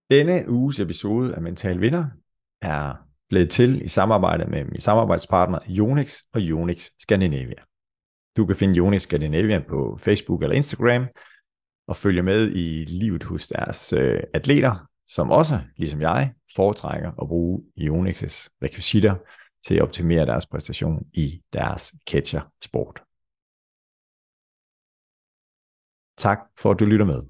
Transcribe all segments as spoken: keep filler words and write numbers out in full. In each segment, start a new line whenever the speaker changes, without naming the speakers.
Denne uges episode af Mental Vinder er blevet til i samarbejde med min samarbejdspartner Yonex og Yonex Scandinavia. Du kan finde Yonex Scandinavia på Facebook eller Instagram og følge med i livet hos deres øh, atleter, som også, ligesom jeg, foretrækker at bruge Yonex' rekvisitter til at optimere deres præstation i deres catcher-sport. Tak for at du lytter med.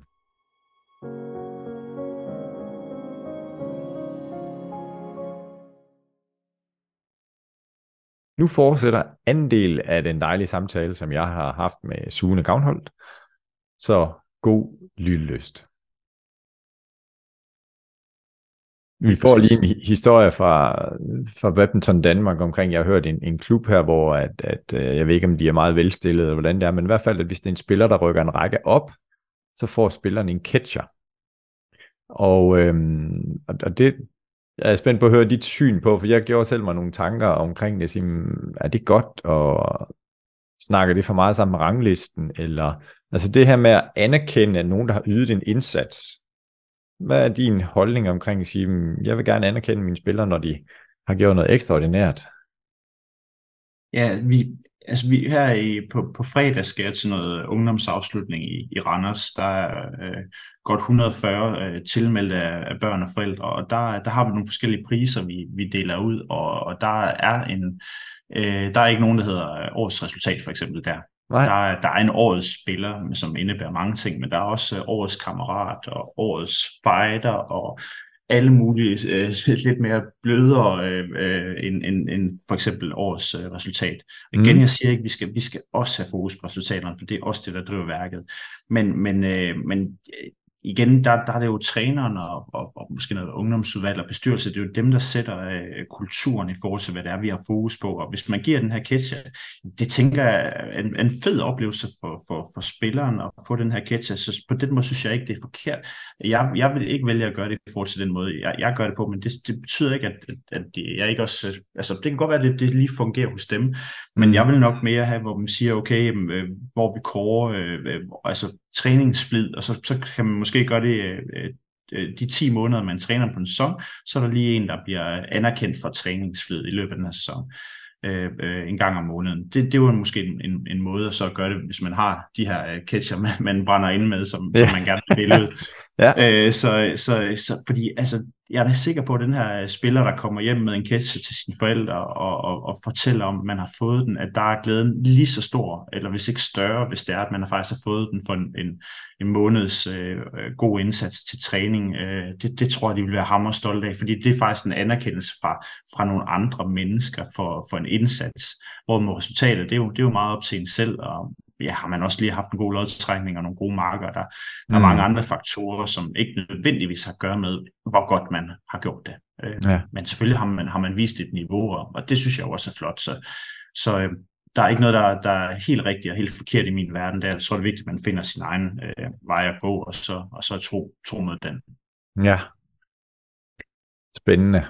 Nu fortsætter anden del af den dejlige samtale, som jeg har haft med Sune Gavnholt. Så god lyttelyst. Vi får lige en historie fra, fra Badminton Danmark omkring, jeg har hørt en, en klub her, hvor at, at, jeg ved ikke, om de er meget velstillede, eller hvordan det er, men i hvert fald, at hvis det er en spiller, der rykker en række op, så får spilleren en catcher. Og, øhm, og det jeg er spændt på at høre dit syn på, for jeg gjorde selv mig nogle tanker omkring det. Sige, er det godt, og snakker det for meget sammen med ranglisten? Eller, altså det her med at anerkende, at nogen, der har ydet en indsats. Hvad er din holdning omkring at sige, jeg vil gerne anerkende mine spillere, når de har gjort noget ekstraordinært?
Ja, vi, altså vi her i, på, på fredag skal jeg til noget ungdomsafslutning i, i Randers. Der er øh, godt et hundrede og fyrre øh, tilmeldte af, af børn og forældre, og der, der har vi nogle forskellige priser, vi, vi deler ud, og, og der er en øh, der er ikke nogen, der hedder årets resultat for eksempel der.
Nej.
Der er, der er en årets spiller, som indebærer mange ting, men der er også årets kammerat og årets fighter og alle mulige øh, lidt mere blødere øh, end, end, end for eksempel årets øh, resultat. Igen,
Mm.
jeg siger ikke, at vi skal, vi skal også have fokus på resultaterne, for det er også det, der driver værket. Men, men, øh, men igen, der, der er det jo træneren og, og, og måske noget ungdomsudvalg og bestyrelse, det er jo dem, der sætter øh, kulturen i forhold til, hvad det er, vi har fokus på. Og hvis man giver den her catcher, det tænker jeg er en, en fed oplevelse for, for, for spilleren at få den her catcher. Så på den måde synes jeg ikke, det er forkert. Jeg, jeg vil ikke vælge at gøre det i forhold til den måde, jeg, jeg gør det på, men det, det betyder ikke, at, at, at jeg ikke også... Altså, det kan godt være, at det, det lige fungerer hos dem, men jeg vil nok mere have, hvor man siger, okay, øh, hvor vi kårer øh, altså træningsflid, og så, så kan man måske gøre det øh, de ti måneder, man træner på en sæson, så er der lige en, der bliver anerkendt for træningsflid i løbet af den her sæson. Øh, øh, en gang om måneden. Det, det er jo måske en, en, en måde at så gøre det, hvis man har de her øh, catcher, man, man brænder ind med, som, ja. som man gerne vil spille ud. ja. øh, så, så, så fordi, altså, jeg er da sikker på, at den her spiller, der kommer hjem med en catcher til sine forældre og, og, og fortæller om, at man har fået den, at der er glæden lige så stor, eller hvis ikke større, hvis det er, at man har faktisk har fået den for en, en, en måneds øh, god indsats til træning. Øh, det, det tror jeg, de vil være hammer stolte af, fordi det er faktisk en anerkendelse fra, fra nogle andre mennesker for, for en indsats, hvor med resultatet, det er, jo, det er jo meget op til en selv, og ja, har man også lige haft en god lodtrækning og nogle gode marker. Der, der er mm. mange andre faktorer, som ikke nødvendigvis har at gøre med, hvor godt man har gjort det. Ja. Men selvfølgelig har man, har man vist et niveau, og det synes jeg også er flot. Så, så der er ikke noget, der, der er helt rigtigt og helt forkert i min verden. Der så er det vigtigt, at man finder sin egen øh, vej at gå, og så, og så tro, tro med den.
Ja. Spændende.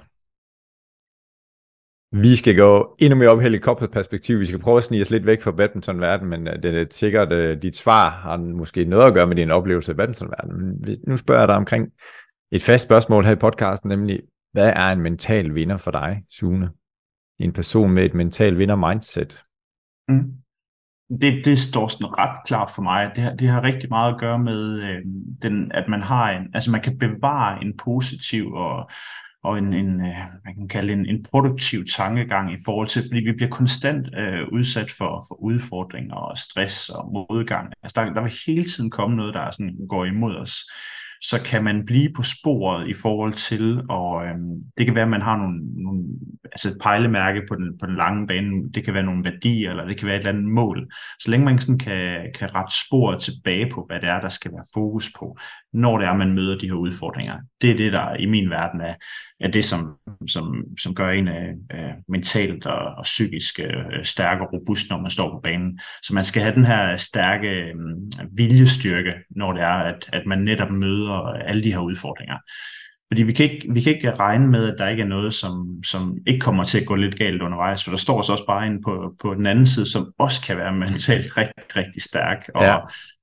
Vi skal gå endnu mere op i helikopterperspektiv. Vi skal prøve at snige os lidt væk fra badmintonverdenen, men det er sikkert, at dit svar har måske noget at gøre med din oplevelse af badmintonverdenen. Men nu spørger jeg dig omkring et fast spørgsmål her i podcasten, nemlig, hvad er en mental vinder for dig, Sune? En person med et mental vinder-mindset.
Mm. Det, det står sådan ret klart for mig. Det har, det har rigtig meget at gøre med, øh, den, at man har en, altså man kan bevare en positiv og og en, en, man kan kalde en, en produktiv tankegang i forhold til, fordi vi bliver konstant øh, udsat for, for udfordringer og stress og modgang. Altså der, der vil hele tiden komme noget, der sådan går imod os. Så kan man blive på sporet i forhold til, og øhm, det kan være, at man har nogle, nogle, altså et pejlemærke på den, på den lange bane, det kan være nogle værdier, eller det kan være et eller andet mål. Så længe man sådan kan, kan rette sporet tilbage på, hvad det er, der skal være fokus på, når det er, man møder de her udfordringer. Det er det, der i min verden er, er det, som, som, som gør en øh, mentalt og, og psykisk øh, stærk og robust, når man står på banen. Så man skal have den her stærke øh, viljestyrke, når det er, at, at man netop møder alle de her udfordringer. Fordi vi kan ikke, vi kan ikke regne med, at der ikke er noget, som, som ikke kommer til at gå lidt galt undervejs, for der står så også bare en på, på den anden side, som også kan være mentalt rigtig, rigtig stærk, og,
ja.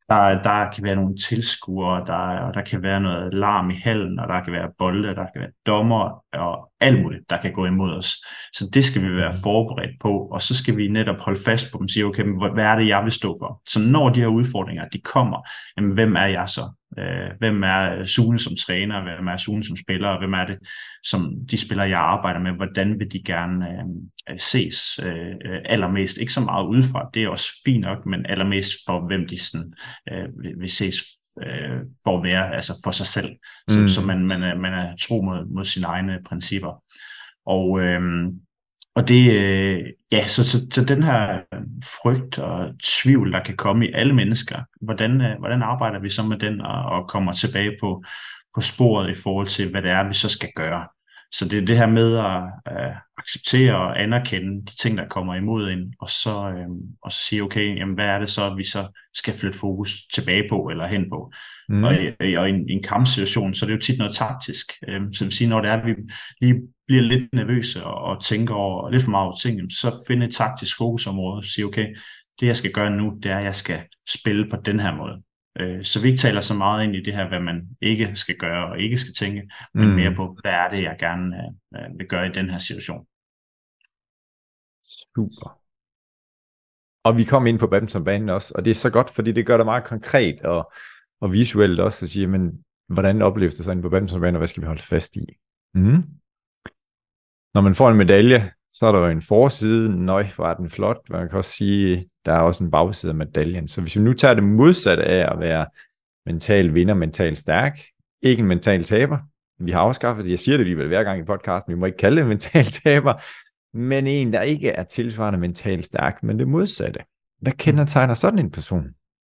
Der, der kan være nogle tilskuere, der, og der kan være noget larm i hallen, og der kan være bolde, der kan være dommer, og alt muligt, der kan gå imod os. Så det skal vi være forberedt på, og så skal vi netop holde fast på dem og sige, okay, men hvad er det, jeg vil stå for? Så når de her udfordringer, de kommer, jamen, hvem er jeg så? Hvem er Sune som træner? Hvem er Sune som spiller? Hvem er det, som de spillere, jeg arbejder med? Hvordan vil de gerne øh, ses øh, allermest? Ikke så meget udefra, det er også fint nok, men allermest for, hvem de sådan, øh, vil ses øh, for at være, altså for sig selv. Så, mm. så man, man, er, man er tro mod, mod sine egne principper. Og øh, Og det, øh, ja, så, så, så den her frygt og tvivl, der kan komme i alle mennesker, hvordan, øh, hvordan arbejder vi så med den og, og kommer tilbage på, på sporet i forhold til, hvad det er, vi så skal gøre. Så det er det her med at øh, acceptere og anerkende de ting, der kommer imod en, og så, øh, og så sige, okay, jamen, hvad er det så, vi så skal flytte fokus tilbage på eller hen på. Mm. Og, i, og i, en, i en kampsituation, så er det jo tit noget taktisk. Øh, så det vil sige, når det er, at vi lige bliver lidt nervøse og, og tænker over lidt for meget over ting, så finde et taktisk fokusområde og sige, okay, det jeg skal gøre nu, det er, at jeg skal spille på den her måde. Så vi ikke taler så meget ind i det her, hvad man ikke skal gøre og ikke skal tænke, men mm. mere på, hvad er det, jeg gerne uh, vil gøre i den her situation.
Super. Og vi kom ind på badmintonbanen også, og det er så godt, fordi det gør det meget konkret og, og visuelt også, at sige, men hvordan opleves det så inde på badmintonbanen, og hvad skal vi holde fast i? Mm. Når man får en medalje, så er der jo en forside, nøj, hvor er den flot. Man kan også sige, der er også en bagside af medaljen. Så hvis vi nu tager det modsatte af at være mental vinder, mental stærk, ikke en mental taber. Vi har afskaffet det, jeg siger det alligevel hver gang i podcasten, vi må ikke kalde det en mental taber, men en, der ikke er tilsvarende mental stærk, men det modsatte. Hvad kendetegner sådan en person?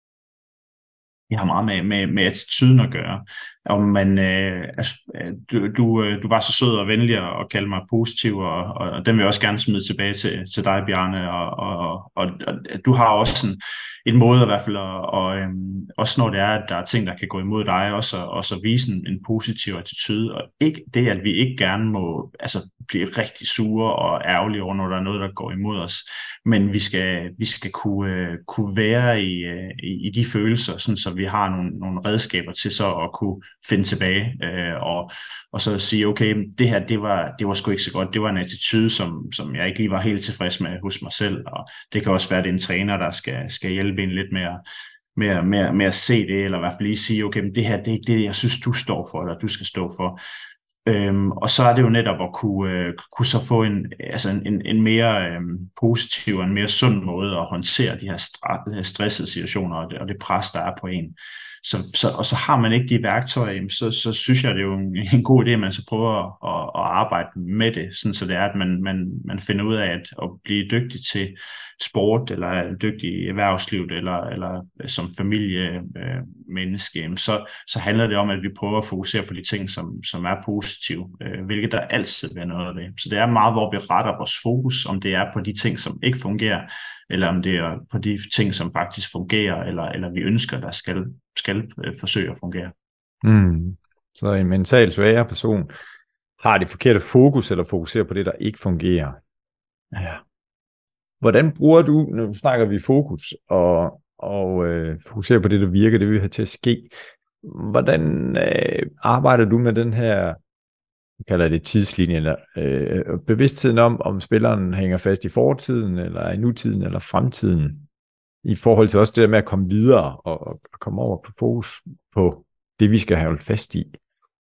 Det har meget med, med, med attituden at gøre. Om man, øh, altså, du, du, du var så sød og venlig at kalde mig positiv, og, og, og den vil jeg også gerne smide tilbage til, til dig, Bjarne. Og, og, og, og du har også sådan en måde i hvert fald, og, og øhm, også når det er, at der er ting, der kan gå imod dig, også, og så vise en, en positiv attitude, og ikke det, at vi ikke gerne må altså, blive rigtig sure og ærgerlige over, når der er noget, der går imod os, men vi skal, vi skal kunne, kunne være i, i, i de følelser, sådan, så vi har nogle, nogle redskaber til så at kunne finde tilbage, øh, og, og så sige, okay, det her, det var, det var sgu ikke så godt, det var en attitude, som, som jeg ikke lige var helt tilfreds med hos mig selv, og det kan også være, at det er en træner, der skal, skal hjælpe en lidt med at, med, at, med, at, med at se det, eller i hvert fald lige sige, okay, men det her, det er ikke det, jeg synes, du står for, eller du skal stå for. Øhm, og så er det jo netop at kunne, øh, kunne så få en, altså en, en, en mere øh, positiv og en mere sund måde at håndtere de her, stra- de her stressede situationer og det, og det pres, der er på en. Så, så, og så har man ikke de værktøjer, så, så synes jeg, det er jo en, en god idé, at man så prøver at, at arbejde med det, sådan så det er, at man, man, man finder ud af at, at blive dygtig til sport, eller dygtig i erhvervslivet, eller, eller som familiemenneske, øh, så, så handler det om, at vi prøver at fokusere på de ting, som, som er positive, øh, hvilket der altid vil noget ved. Så det er meget, hvor vi retter vores fokus, om det er på de ting, som ikke fungerer, eller om det er på de ting, som faktisk fungerer, eller, eller vi ønsker, der skal, skal øh, forsøge at fungere.
Mm. Så en mentalt svagere person har det forkerte fokus, eller fokuserer på det, der ikke fungerer. Ja. Hvordan bruger du, nu snakker vi fokus, og, og øh, fokuserer på det, der virker, det vi vil have til at ske. Hvordan øh, arbejder du med den her, jeg kalder det tidslinje, eller øh, bevidstheden om, om spilleren hænger fast i fortiden, eller i nutiden, eller fremtiden, i forhold til også det der med at komme videre, og, og komme over på fokus på det, vi skal have holdt fast i.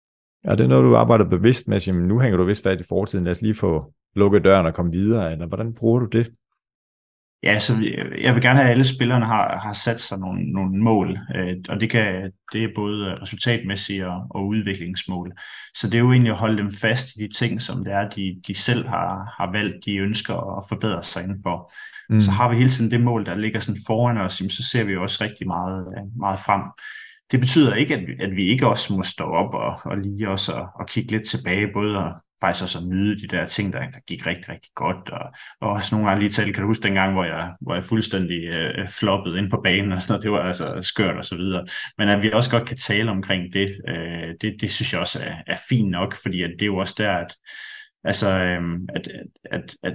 Er det noget, du arbejder bevidst med, at nu hænger du vist fast i fortiden, lad os lige få lukket døren og komme videre, eller hvordan bruger du det?
Ja, så jeg vil gerne have, at alle spillerne har, har sat sig nogle, nogle mål, øh, og det, kan, det er både resultatmæssige og, og udviklingsmål. Så det er jo egentlig at holde dem fast i de ting, som det er, de, de selv har, har valgt, de ønsker at forbedre sig indenfor. Mm. Så har vi hele tiden det mål, der ligger sådan foran os, så ser vi jo også rigtig meget, meget frem. Det betyder ikke, at vi, at vi ikke også må stå op og, og lige også og, og kigge lidt tilbage, både og faktisk også at nyde de der ting, der, der gik rigtig, rigtig godt, og, og også nogle gange lige tale, kan du huske dengang, hvor jeg, hvor jeg fuldstændig øh, floppede ind på banen, og sådan noget, det var altså skørt og så videre, men at vi også godt kan tale omkring det, øh, det, det synes jeg også er, er fint nok, fordi at det er jo også der, at, altså, øh, at, at, at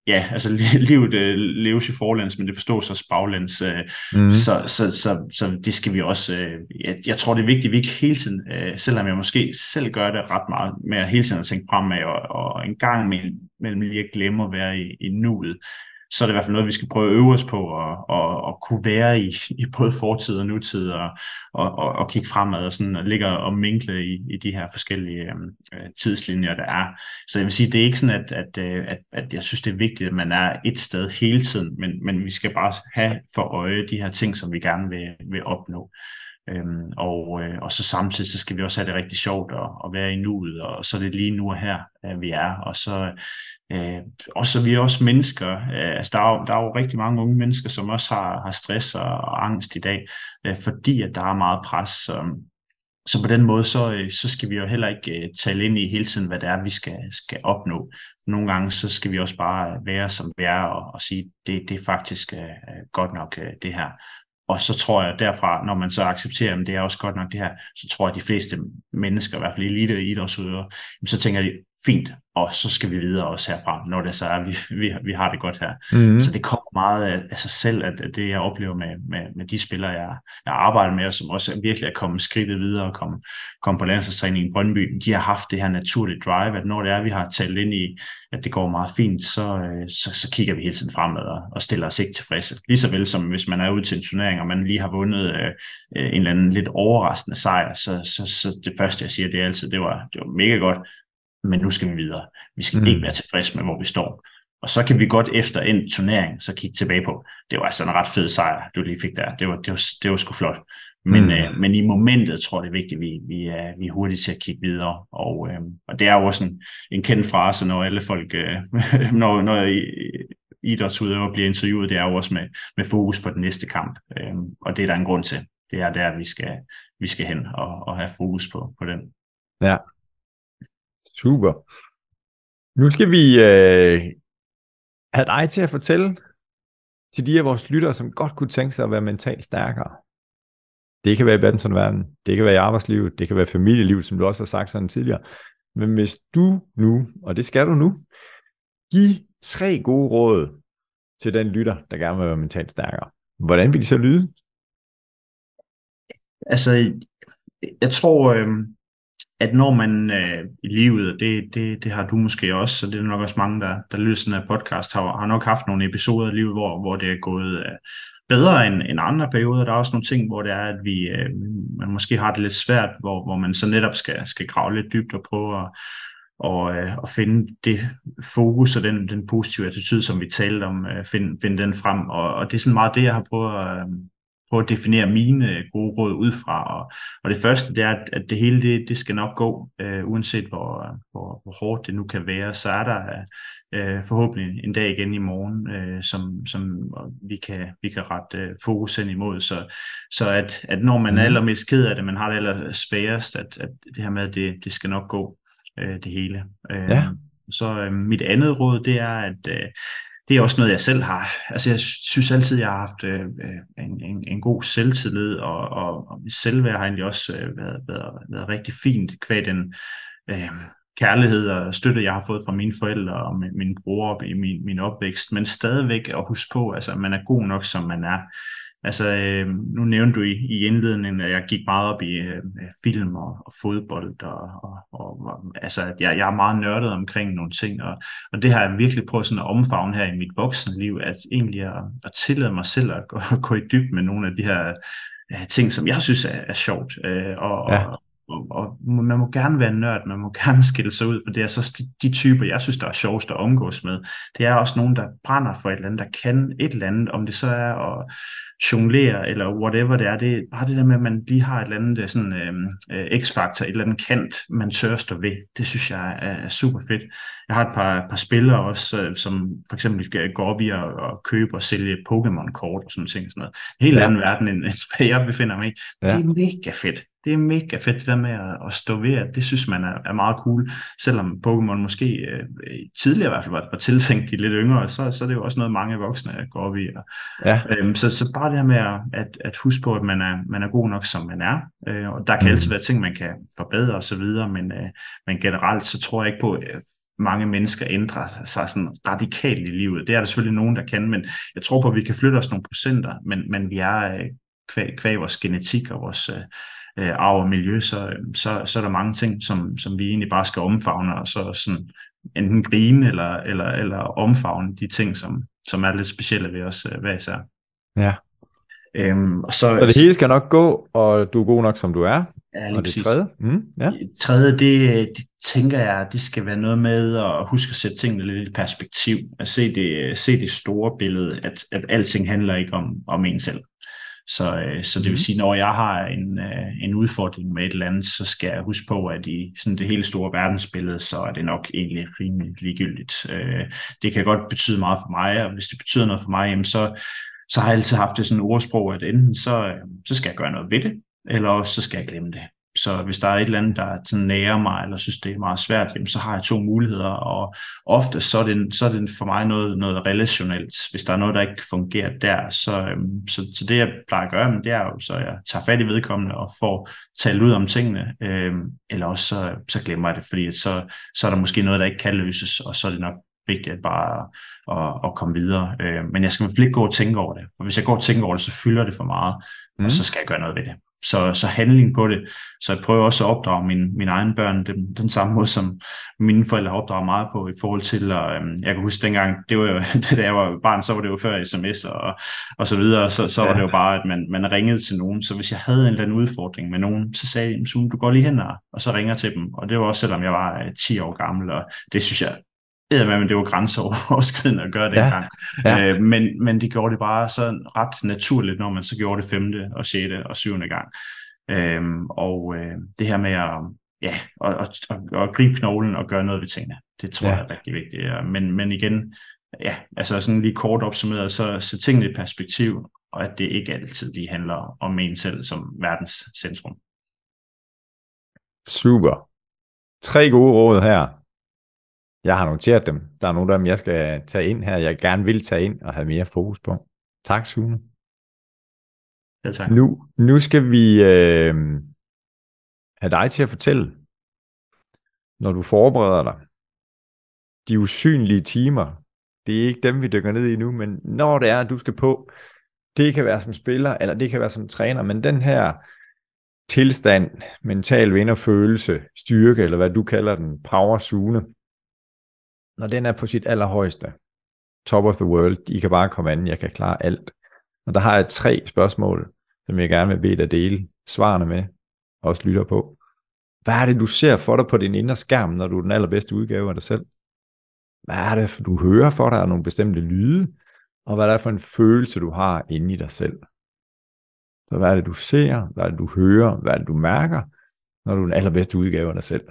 ja, altså livet øh, leves i forlæns, men det forstås også baglæns. Øh,
Mm.
så, så, så, så det skal vi også. Øh, jeg, jeg tror, det er vigtigt, at vi ikke hele tiden, øh, selvom jeg måske selv gør det ret meget, med at hele tiden at tænke fremad, og, og en gang mellem, mellem lige at glemme at være i, i nuet, så er det i hvert fald noget, vi skal prøve at øve os på, og, og, og kunne være i, i både fortid og nutid, og, og, og, og kigge fremad, og, sådan, og ligge og minkle i, i de her forskellige øh, tidslinjer, der er. Så jeg vil sige, det er ikke sådan, at, at, øh, at, at jeg synes, det er vigtigt, at man er et sted hele tiden, men, men vi skal bare have for øje de her ting, som vi gerne vil, vil opnå. Øhm, og, øh, og så samtidig, så skal vi også have det rigtig sjovt at, at være i nuet, og så er det lige nu og her, øh, vi er, og så øh, også vi er også mennesker, øh, altså der er, jo, der er jo rigtig mange unge mennesker, som også har, har stress og, og angst i dag, øh, fordi at der er meget pres, så, så på den måde, så, øh, så skal vi jo heller ikke øh, tale ind i hele tiden, hvad det er, vi skal, skal opnå. For nogle gange, så skal vi også bare være, som vi er, og, og sige, det, det er faktisk øh, godt nok øh, det her. Og så tror jeg derfra, når man så accepterer, at det er også godt nok det her, så tror jeg, at de fleste mennesker, i hvert fald elite idrætsudøvere, så tænker de, fint, og så skal vi videre også herfra, når det så er, at vi, vi, vi har det godt her.
Mm.
Så det kommer meget af, af sig selv, at, at det jeg oplever med, med, med de spillere, jeg, jeg arbejder med, og som også virkelig er kommet skridtet videre og kommet kom på landsholdstræning i Brøndby, de har haft det her naturlige drive, at når det er, vi har talt ind i, at det går meget fint, så, så, så kigger vi hele tiden fremad og, og stiller os ikke tilfredse. Ligeså vel som hvis man er ude til en turnering, og man lige har vundet øh, en eller anden lidt overraskende sejr, så, så, så det første, jeg siger, det er altid, det var, det var mega godt, men nu skal vi videre. Vi skal mm. ikke være tilfredse med, hvor vi står. Og så kan vi godt efter en turnering, så kigge tilbage på, det var altså en ret fed sejr, du lige fik der. Det var, det var, det var sgu flot. Men, mm. øh, men i momentet tror jeg, det er vigtigt, at vi, vi, er, vi er hurtige til at kigge videre. Og, øh, og det er jo også en, en kendt frase, når alle folk, øh, når, når idrætsudøvere bliver interviewet, det er jo også med, med fokus på den næste kamp. Øh, og det er der en grund til. Det er der, vi skal, vi skal hen og, og have fokus på, på den.
Ja. Super. Nu skal vi øh, have dig til at fortælle til de af vores lyttere, som godt kunne tænke sig at være mentalt stærkere. Det kan være i badmintonverdenen, det kan være i arbejdslivet, det kan være i familielivet, som du også har sagt sådan tidligere. Men hvis du nu, og det skal du nu, give tre gode råd til den lytter, der gerne vil være mentalt stærkere. Hvordan vil de så lyde?
Altså, jeg tror... Øh... at når man øh, i livet, det, det, det har du måske også, så det er nok også mange, der, der lytter sådan en podcast, har, har nok haft nogle episoder i livet, hvor, hvor det er gået øh, bedre end, end andre perioder. Der er også nogle ting, hvor det er, at vi, øh, man måske har det lidt svært, hvor, hvor man så netop skal, skal grave lidt dybt og prøve at, og, øh, og finde det fokus og den, den positive attitude, som vi talte om, øh, finde, finde den frem. Og, og det er sådan meget det, jeg har prøvet at... Øh, på at definere mine gode råd ud fra. Og, og det første, det er, at, at det hele, det, det skal nok gå, øh, uanset hvor, hvor, hvor hårdt det nu kan være, så er der øh, forhåbentlig en dag igen i morgen, øh, som, som vi kan, vi kan rette øh, fokus ind imod. Så, så at, at når man er allermest ked af det, man har det allersværest, at, at det her med, at det, det skal nok gå, øh, det hele. Øh,
ja.
Så øh, mit andet råd, det er, at øh, det er også noget, jeg selv har. Altså, jeg synes altid, jeg har haft øh, en, en, en god selvtillid, og, og, og mit selvværd har egentlig også øh, været, været, været rigtig fint, kvad den øh, kærlighed og støtte, jeg har fået fra mine forældre og min, min bror i min, min opvækst. Men stadigvæk at huske på, altså, at man er god nok, som man er. Altså, øh, nu nævnte du i, i indledningen, at jeg gik meget op i øh, film og, og fodbold, og, og, og altså, jeg, jeg er meget nørdet omkring nogle ting, og, og det har jeg virkelig prøvet sådan at omfavne her i mit voksenliv, at egentlig at, at tillade mig selv at gå, at gå i dybden med nogle af de her øh, ting, som jeg synes er, er sjovt, øh, og, ja. og Og, og man må gerne være nørd, man må gerne skille sig ud, for det er så de, de typer, jeg synes, der er sjovest at omgås med. Det er også nogen, der brænder for et eller andet, der kan et eller andet, om det så er at jonglere, eller whatever det er. Det er bare det der med, at man lige har et eller andet sådan, øh, x-faktor, et eller andet kant, man tør stå ved. Det synes jeg er, er super fedt. Jeg har et par, par spillere også, som for eksempel går op i at, at købe og sælge Pokémon-kort og sådan ting. Sådan noget. En helt ja. anden verden, end, end jeg befinder mig i. Ja. Det er mega fedt. Det er mega fedt, det der med at, at stå ved, at det synes man er, er meget cool, selvom Pokémon måske øh, tidligere i hvert fald var, var tiltænkt de lidt yngre, så, så er det jo også noget, mange voksne går op i. Og, ja. øhm, så, så bare det her med at, at, at huske på, at man er, man er god nok, som man er, øh, og der kan mm. altid være ting, man kan forbedre osv., men, øh, men generelt så tror jeg ikke på, øh, mange mennesker ændrer sig sådan radikalt i livet. Det er der selvfølgelig nogen, der kan, men jeg tror på, at vi kan flytte os nogle procenter, men, men vi er øh, kvæg, kvæg vores genetik og vores øh, øh, arv og miljø, så, så, så er der mange ting, som, som vi egentlig bare skal omfavne, og så sådan enten grine eller, eller, eller omfavne de ting, som, som er lidt specielle ved os øh, hver især.
Ja.
Øhm, og så,
så det hele skal nok gå, og du er god nok, som du er.
Ja,
og det tredje? Mm, ja.
Tredje, det, det tænker jeg, det skal være noget med at huske at sætte tingene lidt i perspektiv. At se det, se det store billede, at, at alting handler ikke om, om en selv. Så, så det vil sige, når jeg har en, en udfordring med et eller andet, så skal jeg huske på, at i sådan det hele store verdensbillede, så er det nok egentlig rimelig ligegyldigt. Det kan godt betyde meget for mig, og hvis det betyder noget for mig, jamen så, så har jeg altid haft det sådan et ordsprog, at enten så, så skal jeg gøre noget ved det, eller også så skal jeg glemme det. Så hvis der er et eller andet, der sådan nærer mig, eller synes, det er meget svært, jamen, så har jeg to muligheder, og ofte så er det, så er det for mig noget, noget relationelt. Hvis der er noget, der ikke fungerer der, så, så, så det jeg plejer at gøre, det er jo, så jeg tager fat i vedkommende og får talt ud om tingene, øh, eller også så, så glemmer jeg det, fordi så, så er der måske noget, der ikke kan løses, og så er det nok vigtigt at bare at, at komme videre. Øh, men jeg skal i hvert fald ikke gå og tænke over det, for hvis jeg går og tænker over det, så fylder det for meget, mm. og så skal jeg gøre noget ved det. Så, så handling på det. Så jeg prøver også at opdrage mine, mine egne børn den, den samme måde, som mine forældre har opdraget meget på i forhold til, og øhm, jeg kan huske dengang, det var jo, da jeg var barn, så var det jo før sms og, og så videre, så, så ja. var det jo bare, at man, man ringede til nogen. Så hvis jeg havde en eller anden udfordring med nogen, så sagde jeg, Sune, du går lige hen og, og så ringer til dem. Og det var også, selvom jeg var øh, ti år gammel, og det synes jeg, men det var grænseoverskridende at gøre det
ja,
engang. Ja. Øh, men, men det gjorde det bare så ret naturligt, når man så gjorde det femte og sjette og syvende gang. Øhm, og øh, det her med at, ja, at, at, at, at gribe knoglen og gøre noget ved tingene, det tror ja. jeg er rigtig vigtigt. Men, men igen, ja, altså sådan lige kort opsummeret, så, så tingene i perspektiv, og at det ikke altid lige handler om en selv som verdens centrum.
Super. Tre gode råd her. Jeg har noteret dem. Der er nogle af dem, jeg skal tage ind her, jeg gerne vil tage ind og have mere fokus på. Tak, Sune.
Ja, tak.
Nu, nu skal vi øh, have dig til at fortælle, når du forbereder dig, de usynlige timer, det er ikke dem, vi dykker ned i nu, men når det er, at du skal på, det kan være som spiller, eller det kan være som træner, men den her tilstand, mental vinderfølelse, styrke, eller hvad du kalder den, power Sune, når den er på sit allerhøjeste, top of the world, I kan bare komme an, jeg kan klare alt. Og der har jeg tre spørgsmål, som jeg gerne vil bede dig at dele svarene med, og også lytter på. Hvad er det, du ser for dig på din indre skærm, når du er den allerbedste udgave af dig selv? Hvad er det, du hører for dig af nogle bestemte lyde? Og hvad er det for en følelse, du har inde i dig selv? Så hvad er det, du ser? Hvad er det, du hører? Hvad er det, du mærker, når du er den allerbedste udgave af dig selv?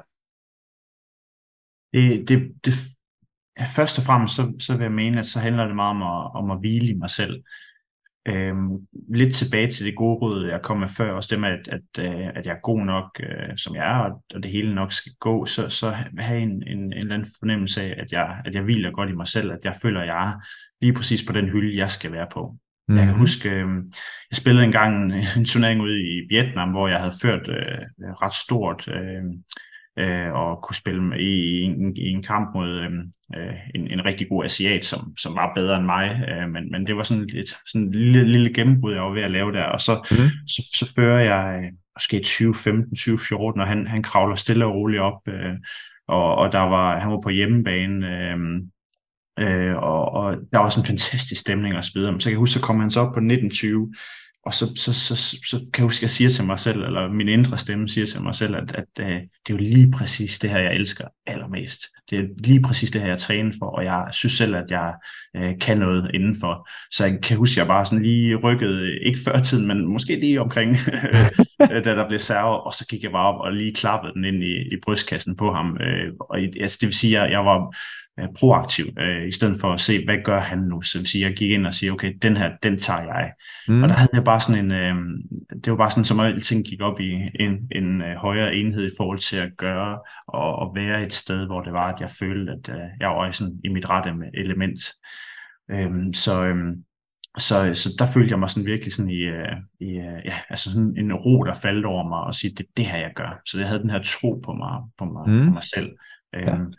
Det, det, det, først og fremmest, så, så vil jeg mene, at så handler det meget om at, om at hvile i mig selv. Øhm, lidt tilbage til det gode råd, jeg kom med før, også det med, at, at, at jeg er god nok, øh, som jeg er, og, og det hele nok skal gå, så, så have en, en, en eller anden fornemmelse af, at jeg, at jeg hviler godt i mig selv, at jeg føler, at jeg er lige præcis på den hylde, jeg skal være på. Mm-hmm. Jeg kan huske, øh, jeg spillede engang en, en turnering ude i Vietnam, hvor jeg havde ført øh, ret stort, øh, Øh, og kunne spille med i, i, en, i en kamp mod øh, en, en rigtig god asiat, som, som var bedre end mig, øh, men, men det var sådan et sådan et lille, lille gennembrud, jeg var ved at lave der, og så, mm. så, så fører jeg øh, måske tyve femten, tyve fjorten, og han, han kravler stille og roligt op, øh, og, og der var, han var på hjemmebane, øh, øh, og, og der var sådan en fantastisk stemning og så videre, så jeg kan huske, så kom han så op på nitten tyve, og så, så, så, så, så kan jeg huske, at jeg siger til mig selv, eller min indre stemme siger til mig selv, at, at, at det er jo lige præcis det her, jeg elsker allermest. Det er lige præcis det her, jeg træner for, og jeg synes selv, at jeg øh, kan noget indenfor. Så jeg kan huske, at jeg bare sådan lige rykkede, ikke før tiden, men måske lige omkring, da der blev server, og så gik jeg bare op og lige klappede den ind i, i brystkassen på ham. Øh, og altså, det vil sige, at jeg, jeg var proaktiv, øh, i stedet for at se, hvad gør han nu? Så det vil sige, jeg gik ind og siger, okay, den her, den tager jeg. Mm. Og der havde jeg bare sådan en, øh, det var bare sådan, som alting gik op i en, en øh, højere enhed i forhold til at gøre, og, og være et sted, hvor det var, at jeg følte, at øh, jeg var sådan i mit rette element. Øhm, så, øhm, så, så der følte jeg mig sådan virkelig sådan i, øh, i øh, ja, altså sådan en ro, der faldt over mig, og sige, det er det her, jeg gør. Så jeg havde den her tro på mig, på mig, mm. på mig selv. Øhm,
ja.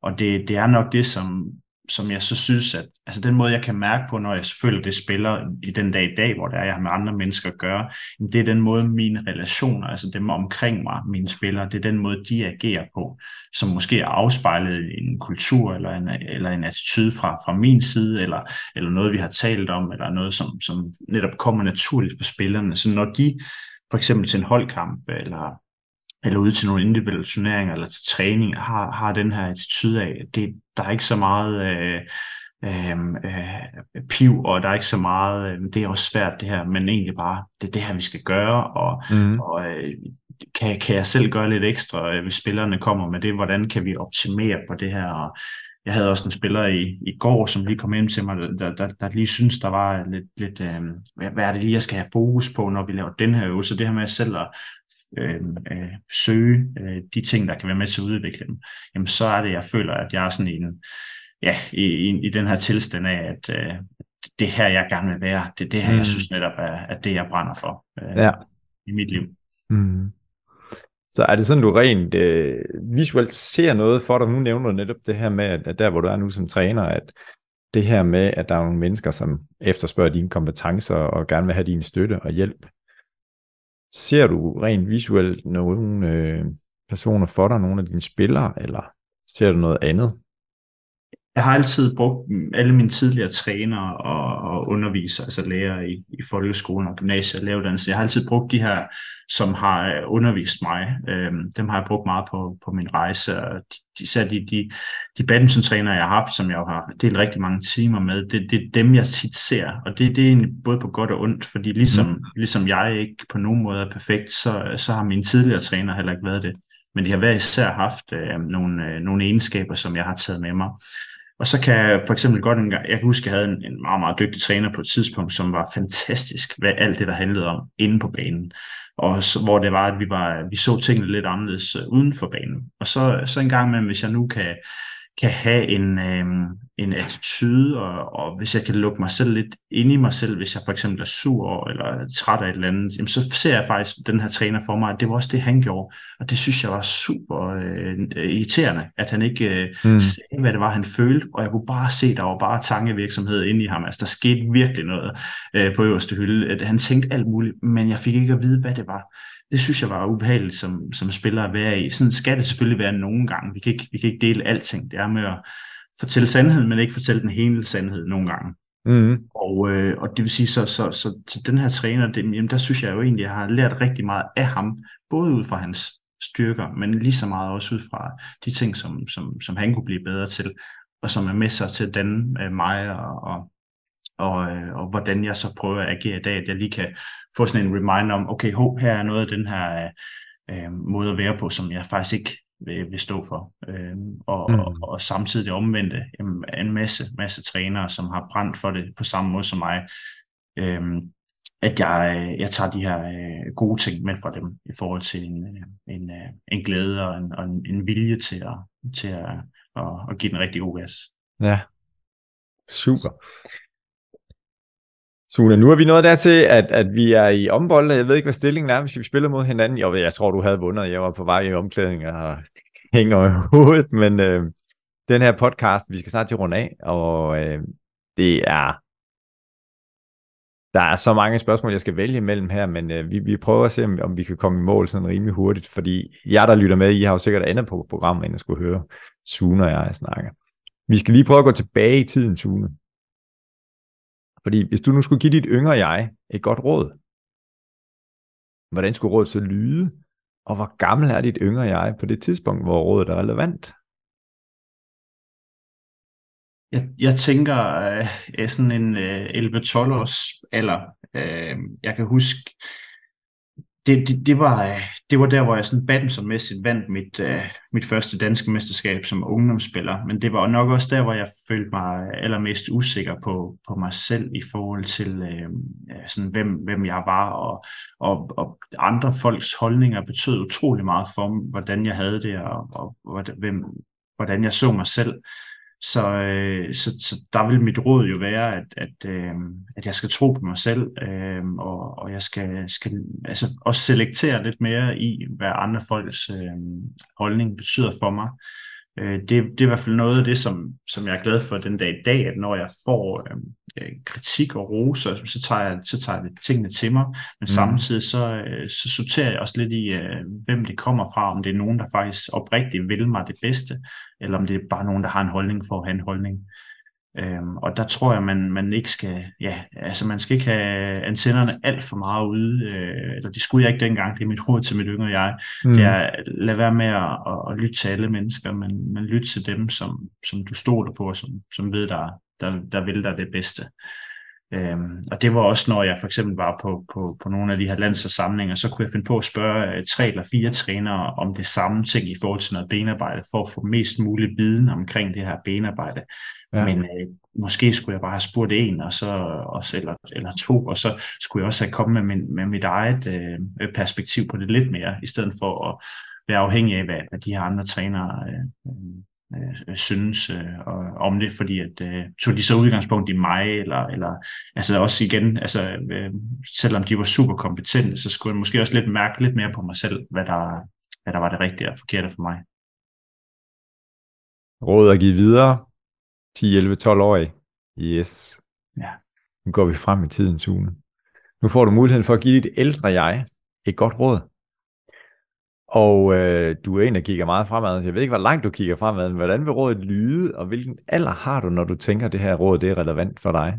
og det, det er nok det, som, som jeg så synes, at altså den måde, jeg kan mærke på, når jeg føler, det spiller i den dag i dag, hvor det er, jeg har med andre mennesker at gøre, det er den måde, mine relationer, altså dem omkring mig, mine spillere, det er den måde, de agerer på, som måske er afspejlet i en kultur, eller en, eller en attitude fra, fra min side, eller, eller noget, vi har talt om, eller noget, som, som netop kommer naturligt for spillerne. Så når de for eksempel til en holdkamp, eller eller ude til nogle individuelle turneringer, eller til træning, har, har den her attitude af, at det, der er ikke så meget øh, øh, øh, piv, og der er ikke så meget, øh, det er også svært det her, men egentlig bare, det er det her, vi skal gøre, og,
Mm.
og øh, kan, kan jeg selv gøre lidt ekstra, øh, hvis spillerne kommer med det, hvordan kan vi optimere på det her, og jeg havde også en spiller i, i går, som lige kom ind til mig, der, der, der lige synes, der var lidt, lidt øh, hvad, hvad er det lige, jeg skal have fokus på, når vi laver den her øvelse, det her med selv at Øh, øh, søge øh, de ting, der kan være med til at udvikle dem, jamen så er det, jeg føler, at jeg er sådan i, en, ja, i, i, i den her tilstand af, at øh, det er her, jeg gerne vil være. Det er det her,
Mm.
jeg synes netop er, er det, jeg brænder for øh,
Ja.
i mit liv.
Mm. Så er det sådan, du rent øh, visuelt ser noget for dig? Nu nævner du netop det her med, at, at der, hvor du er nu som træner, at det her med, at der er nogle mennesker, som efterspørger dine kompetencer og gerne vil have din støtte og hjælp. Ser du rent visuelt nogle øh, personer for dig, nogle af dine spillere, eller ser du noget andet?
Jeg har altid brugt alle mine tidligere trænere og, og undervisere, altså lærere i, i folkeskolen og gymnasiet og læreruddannelse. Jeg har altid brugt de her, som har undervist mig. Øhm, dem har jeg brugt meget på, på min rejse. Og de, især de, de, de badmintontrænere, jeg har haft, som jeg har delt rigtig mange timer med, det, det er dem, jeg tit ser. Og det, det er egentlig både på godt og ondt, fordi ligesom, mm. ligesom jeg ikke på nogen måde er perfekt, så, så har mine tidligere trænere heller ikke været det. Men de har hver især haft øh, nogle, øh, nogle egenskaber, som jeg har taget med mig. Og så kan jeg for eksempel godt en gang, jeg kan huske, at jeg havde en, en meget, meget dygtig træner på et tidspunkt, som var fantastisk, hvad alt det, der handlede om inde på banen. Og så, hvor det var, at vi, var, vi så tingene lidt anderledes uden for banen. Og så, så en gang med, hvis jeg nu kan, kan have en, øh, en attitude, og, og hvis jeg kan lukke mig selv lidt ind i mig selv, hvis jeg for eksempel er sur eller træt af et eller andet, jamen, så ser jeg faktisk den her træner for mig, at det var også det, han gjorde. Og det synes jeg var super øh, irriterende, at han ikke øh, mm. sagde, hvad det var, han følte, og jeg kunne bare se, der var bare tankevirksomhed inde i ham. Altså, der skete virkelig noget øh, på øverste hylde. At han tænkte alt muligt, men jeg fik ikke at vide, hvad det var. Det synes jeg var ubehageligt som, som spiller at være i. Sådan skal det selvfølgelig være nogle gange. Vi kan ikke, vi kan ikke dele alting. Det er med at fortælle sandheden, men ikke fortælle den hele sandhed nogle gange. Mm. Og, øh, og det vil sige, så, så, så, så den her træner, det, jamen, der synes jeg jo egentlig, at jeg har lært rigtig meget af ham, både ud fra hans styrker, men lige så meget også ud fra de ting, som, som, som han kunne blive bedre til, og som er med sig til at danne øh, mig, og, og, og, øh, og hvordan jeg så prøver at agere i dag, at jeg lige kan få sådan en reminder om, okay, ho, her er noget af den her øh, måde at være på, som jeg faktisk ikke vil, vil stå for. Øh, og, mm. og, og samtidig omvendte en, en masse, masse trænere, som har brændt for det på samme måde som mig, øh, at jeg, jeg tager de her øh, gode ting med fra dem i forhold til en, en, en glæde og en, og en, en vilje til at, til at, at, at give den rigtig god gas.
Ja, super. Sune, nu er vi nået dertil, at, at vi er i ombold. Jeg ved ikke, hvad stillingen er, hvis vi spiller mod hinanden. Jeg, jeg tror, du havde vundet. Jeg var på vej i omklædning og hænger i hovedet. Men øh, den her podcast, vi skal snart til runde af, og øh, det er... Der er så mange spørgsmål, jeg skal vælge imellem her, men øh, vi, vi prøver at se, om, om vi kan komme i mål sådan rimelig hurtigt, fordi jer, der lytter med, I har jo sikkert andet på programmet, end at skulle høre Sune og jeg snakke. Vi skal lige prøve at gå tilbage i tiden, Sune. Fordi hvis du nu skulle give dit yngre jeg et godt råd, hvordan skulle rådet så lyde? Og hvor gammel er dit yngre jeg på det tidspunkt, hvor rådet er relevant?
Jeg, jeg tænker øh, sådan en øh, elleve tolv års alder. Øh, jeg kan huske, det, det, det, var, øh, det var der, hvor jeg sådan badmintonmæssigt vandt mit, øh, mit første danske mesterskab som ungdomsspiller. Men det var nok også der, hvor jeg følte mig allermest usikker på, på mig selv i forhold til, øh, sådan, hvem, hvem jeg var. Og, og, og andre folks holdninger betød utrolig meget for, hvordan jeg havde det, og, og, og hvem, hvordan jeg så mig selv. Så, øh, så, så der vil mit råd jo være, at, at, øh, at jeg skal tro på mig selv, øh, og, og jeg skal, skal altså også selektere lidt mere i, hvad andre folks øh, holdning betyder for mig. Øh, det, det er i hvert fald noget af det, som, som jeg er glad for den dag i dag, at når jeg får øh, kritik og roser, så tager jeg, så tager jeg tingene til mig, men
Mm.
samtidig så, øh, så sorterer jeg også lidt i, øh, hvem det kommer fra, om det er nogen, der faktisk oprigtigt vil mig det bedste, eller om det er bare nogen, der har en holdning for at have en holdning. Øhm, og der tror jeg, man, man ikke skal, ja, altså man skal ikke have antennerne alt for meget ude, øh, eller det skulle jeg ikke dengang, det er mit råd til mit yngre jeg, det
Mm.
er, lad være med at, at, at lytte til alle mennesker, men, men lytte til dem, som, som du stoler på, og som, som ved, der, der, der vil dig det bedste. Øhm, og det var også, når jeg for eksempel var på, på, på nogle af de her landsholdssamlinger, så kunne jeg finde på at spørge øh, tre eller fire trænere om det samme ting i forhold til noget benarbejde, for at få mest mulig viden omkring det her benarbejde.
Ja.
Men øh, måske skulle jeg bare have spurgt en, og så, også, eller, eller to, og så skulle jeg også have kommet med, min, med mit eget øh, perspektiv på det lidt mere, i stedet for at være afhængig af, hvad, hvad de her andre trænere øh, øh, synes øh, og, om det, fordi at øh, tog de så udgangspunkt i mig, eller, eller altså også igen, altså øh, selvom de var super kompetente, så skulle jeg måske også lidt mærke lidt mere på mig selv, hvad der, hvad der var det rigtige og forkerte for mig.
Råd at give videre, ti, elleve, tolv år. Yes.
Ja.
Nu går vi frem i tiden, Sune. Nu får du muligheden for at give dit ældre jeg et godt råd. Og øh, du er en, der kigger meget fremad. Jeg ved ikke, hvor langt du kigger fremad, men hvordan vil rådet lyde, og hvilken alder har du, når du tænker, at det her råd det er relevant for dig?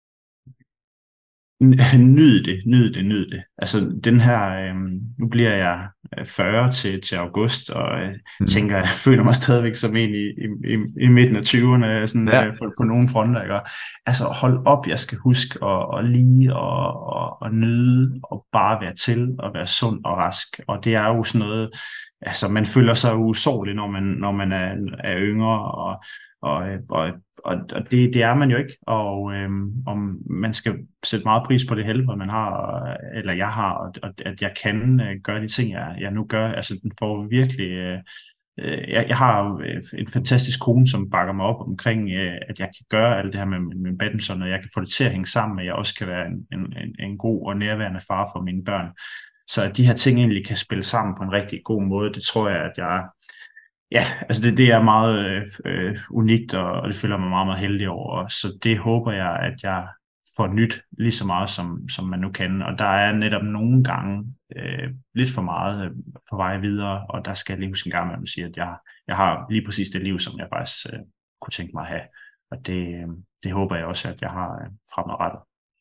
Nyd det, nyd det, nyd det. Altså den her, øh, nu bliver jeg fyrre til, til august, og øh, mm. tænker, jeg føler mig stadigvæk som en i, i, i, i midten af tyverne, sådan, ja. øh, på, på nogle fronter. Ikke? Altså hold op, jeg skal huske at, at lige og, og, og nyde, og bare være til, og være sund og rask. Og det er jo sådan noget, altså man føler sig usårlig, når man, når man er, er yngre, og Og, og, og, og det, det er man jo ikke, og øhm, om man skal sætte meget pris på det helbred, man har, eller jeg har, og, og at jeg kan øh, gøre de ting, jeg, jeg nu gør. Altså den får virkelig, øh, jeg, jeg har en fantastisk kone, som bakker mig op omkring, øh, at jeg kan gøre alt det her med, med badminton, og jeg kan få det til at hænge sammen, og jeg også kan være en, en, en god og nærværende far for mine børn. Så at de her ting egentlig kan spille sammen på en rigtig god måde, det tror jeg, at jeg Ja, altså det, det er meget øh, unikt, og, og det føler mig meget, meget heldig over. Så det håber jeg, at jeg får nyt lige så meget, som, som man nu kan. Og der er netop nogle gange øh, lidt for meget øh, på vej videre, og der skal jeg lige huske en gang, at man siger, at jeg, jeg har lige præcis det liv, som jeg faktisk øh, kunne tænke mig at have. Og det, øh, det håber jeg også, at jeg har øh, fremadrettet.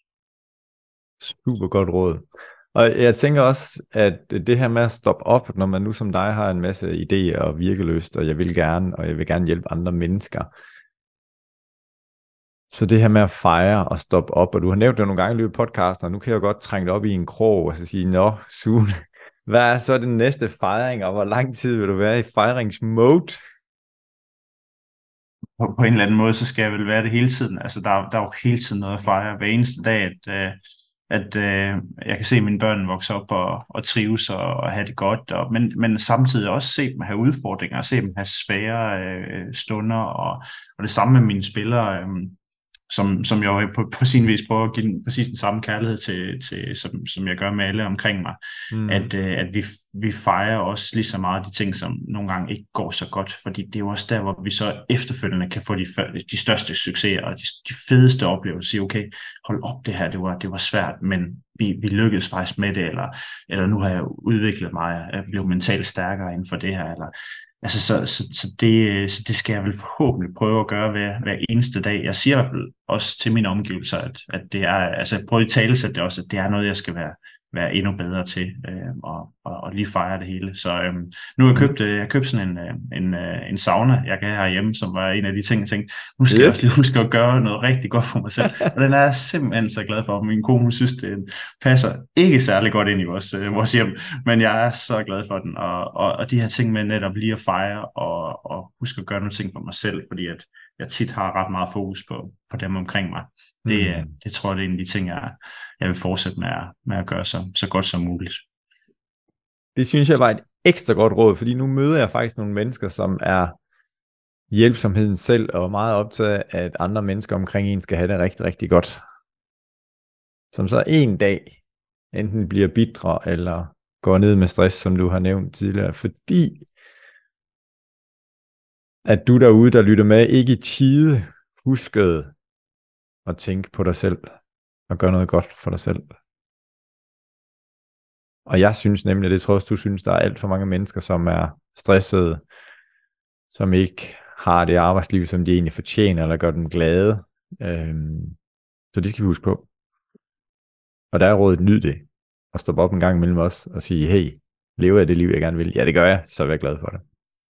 Super godt råd. Og jeg tænker også, at det her med at stoppe op, når man nu som dig har en masse idéer og virkelyst, og jeg vil gerne, og jeg vil gerne hjælpe andre mennesker. Så det her med at fejre og stoppe op, og du har nævnt det nogle gange i løbet af podcasten, og nu kan jeg jo godt trænge det op i en krog og så sige, nå, Sune, hvad er så den næste fejring, og hvor lang tid vil du være i fejringsmode?
På, på en eller anden måde, så skal jeg vel være det hele tiden. Altså der, der er jo hele tiden noget at fejre. Hver eneste dag, at... Øh at øh, jeg kan se mine børn vokse op og, og trives og, og have det godt, og, men, men samtidig også se dem have udfordringer, og se dem have svære øh, stunder, og, og det samme med mine spillere, øh, som, som jeg jo på, på sin vis prøver at give den, præcis den samme kærlighed til, til som, som jeg gør med alle omkring mig, mm. at, øh, at vi, vi fejrer også lige så meget de ting, som nogle gange ikke går så godt, fordi det er jo også der, hvor vi så efterfølgende kan få de, de største succeser og de, de fedeste oplevelser, sige, okay, hold op det her, det var, det var svært, men vi, vi lykkedes faktisk med det, eller, eller nu har jeg udviklet mig, jeg blev mentalt stærkere inden for det her, eller Altså, så, så, så, det, så det skal jeg vel forhåbentlig prøve at gøre hver, hver eneste dag. Jeg siger i hvert fald også til mine omgivelser, at, at det er, altså jeg prøver at talesætte det også, at det er noget, jeg skal være, være endnu bedre til, øh, og, og, og lige fejre det hele. Så øh, nu har jeg købt, jeg har købt sådan en, en, en sauna, jeg kan have herhjemme, som var en af de ting, jeg tænkte, nu skal yes. jeg også lige huske at gøre noget rigtig godt for mig selv. Og den er jeg simpelthen så glad for. Min kone synes, det passer ikke særlig godt ind i vores, vores hjem, men jeg er så glad for den. Og, og, og de her ting med netop lige at fejre, og, og huske at gøre nogle ting for mig selv, fordi at jeg tit har ret meget fokus på, på dem omkring mig. Det, mm. det tror jeg, det er en af de ting, jeg, jeg vil fortsætte med at, med at gøre så, så godt som muligt.
Det synes jeg var et ekstra godt råd, fordi nu møder jeg faktisk nogle mennesker, som er hjælpsomheden selv, og meget optaget af, at andre mennesker omkring en skal have det rigtig, rigtig godt. Som så en dag enten bliver bitre, eller går ned med stress, som du har nævnt tidligere, fordi at du derude, der lytter med, ikke i tide huskede at tænke på dig selv og gøre noget godt for dig selv. Og jeg synes nemlig, det tror jeg også, du synes, der er alt for mange mennesker, som er stressede, som ikke har det arbejdsliv, som de egentlig fortjener, eller gør dem glade. Øhm, så det skal vi huske på. Og der er rådet, nyd det, og stoppe op en gang imellem os, og sige, hey, lever jeg det liv, jeg gerne vil? Ja, det gør jeg, så er jeg glad for det.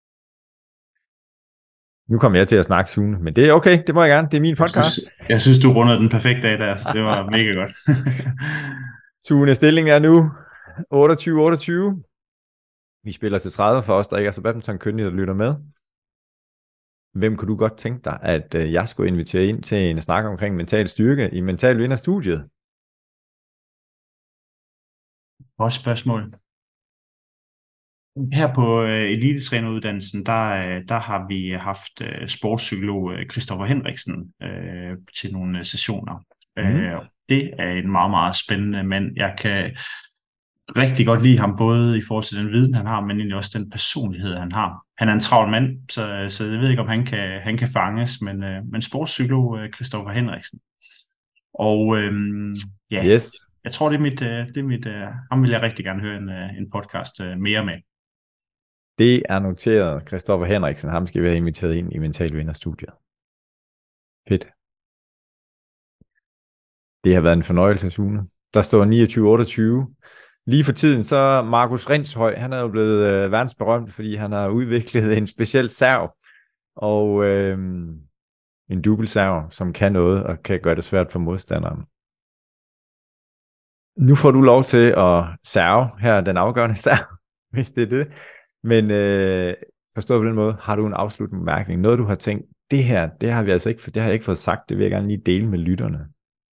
Nu kommer jeg til at snakke, Sune, men det er okay, det må jeg gerne, det er min podcast.
Jeg synes, jeg synes du rundede den perfekte af der, så det var mega godt.
Sune, stillingen er nu otteogtyve otteogtyve. Vi spiller til tredive for os, der ikke er så badminton-kyndige, der lytter med. Hvem kunne du godt tænke dig, at jeg skulle invitere ind til en snak omkring mental styrke i Mental Vinder-studiet?
Godt spørgsmål. Her på uh, elitetræneruddannelsen, der, der har vi haft uh, sportspsykolog Christoffer Henriksen uh, til nogle uh, sessioner. Mm. Uh, det er en meget, meget spændende mand. Jeg kan rigtig godt lide ham, både i forhold til den viden, han har, men egentlig også den personlighed, han har. Han er en travl mand, så, så jeg ved ikke, om han kan, han kan fanges, men, uh, men sportspsykolog uh, Christoffer Henriksen. Og um, ja,
yes. Jeg
tror, det er mit, uh, det er mit uh, ham vil jeg rigtig gerne høre en, uh, en podcast uh, mere med.
Det er noteret. Christoffer Henriksen, ham skal vi have inviteret ind i Mental Vinder-studiet. Fedt. Det har været en fornøjelse, Sune. Der står niogtyve otteogtyve. Lige for tiden, så Markus Rinshøj, han er jo blevet øh, verdensberømt, fordi han har udviklet en speciel serv, og øh, en dubbelserv, som kan noget, og kan gøre det svært for modstanderen. Nu får du lov til at serve her, den afgørende serv, hvis det er det. Men øh, forstået på den måde, har du en afsluttende bemærkning? Noget, du har tænkt, det her, det har vi altså ikke, det har jeg ikke fået sagt, det vil jeg gerne lige dele med lytterne.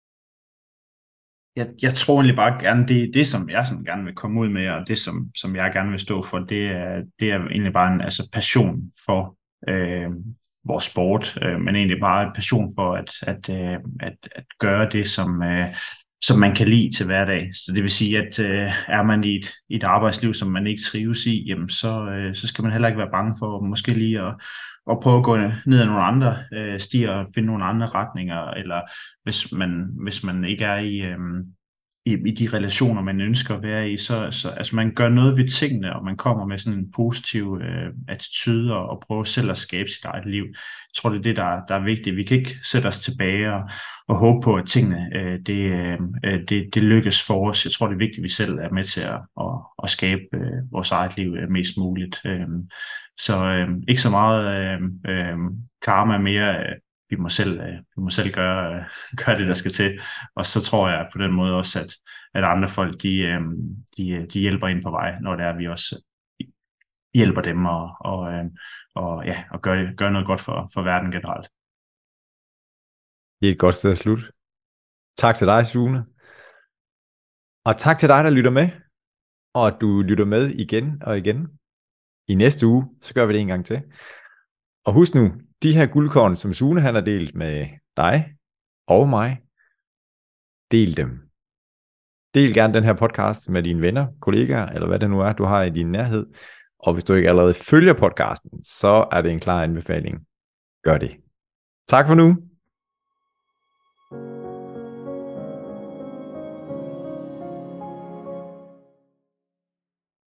Jeg, jeg tror egentlig bare gerne, det, det som jeg sådan gerne vil komme ud med, og det som, som jeg gerne vil stå for, det er, det er egentlig bare en altså passion for øh, vores sport, øh, men egentlig bare en passion for at, at, øh, at, at gøre det, som... Øh, som man kan lide til hverdag. Så det vil sige, at øh, er man i et, et arbejdsliv, som man ikke trives i, jamen så, øh, så skal man heller ikke være bange for måske lige at, at prøve at gå ned ad nogle andre øh, stier og finde nogle andre retninger, eller hvis man, hvis man ikke er i, øh, i, i de relationer, man ønsker at være i, så, så altså man gør noget ved tingene, og man kommer med sådan en positiv øh, attitude og, og prøver selv at skabe sit eget liv. Jeg tror, det er det, der, der er vigtigt. Vi kan ikke sætte os tilbage og, og håbe på, at tingene øh, det, øh, det, det lykkes for os. Jeg tror, det er vigtigt, at vi selv er med til at, at, at skabe øh, vores eget liv øh, mest muligt. Øh, så øh, ikke så meget øh, øh, karma, mere øh, vi må selv, øh, vi må selv gøre, øh, gøre det, der skal til. Og så tror jeg på den måde også, at, at andre folk, de, øh, de, de hjælper ind på vej, når det er, at vi også hjælper dem og, og, øh, og, ja, og gør, gør noget godt for, for verden generelt.
Det er et godt sted at slutte. Tak til dig, Sune. Og tak til dig, der lytter med. Og at du lytter med igen og igen. I næste uge, så gør vi det en gang til. Og husk nu, de her guldkorn, som Sune han har delt med dig og mig, del dem. Del gerne den her podcast med dine venner, kollegaer, eller hvad det nu er, du har i din nærhed. Og hvis du ikke allerede følger podcasten, så er det en klar anbefaling. Gør det. Tak for nu.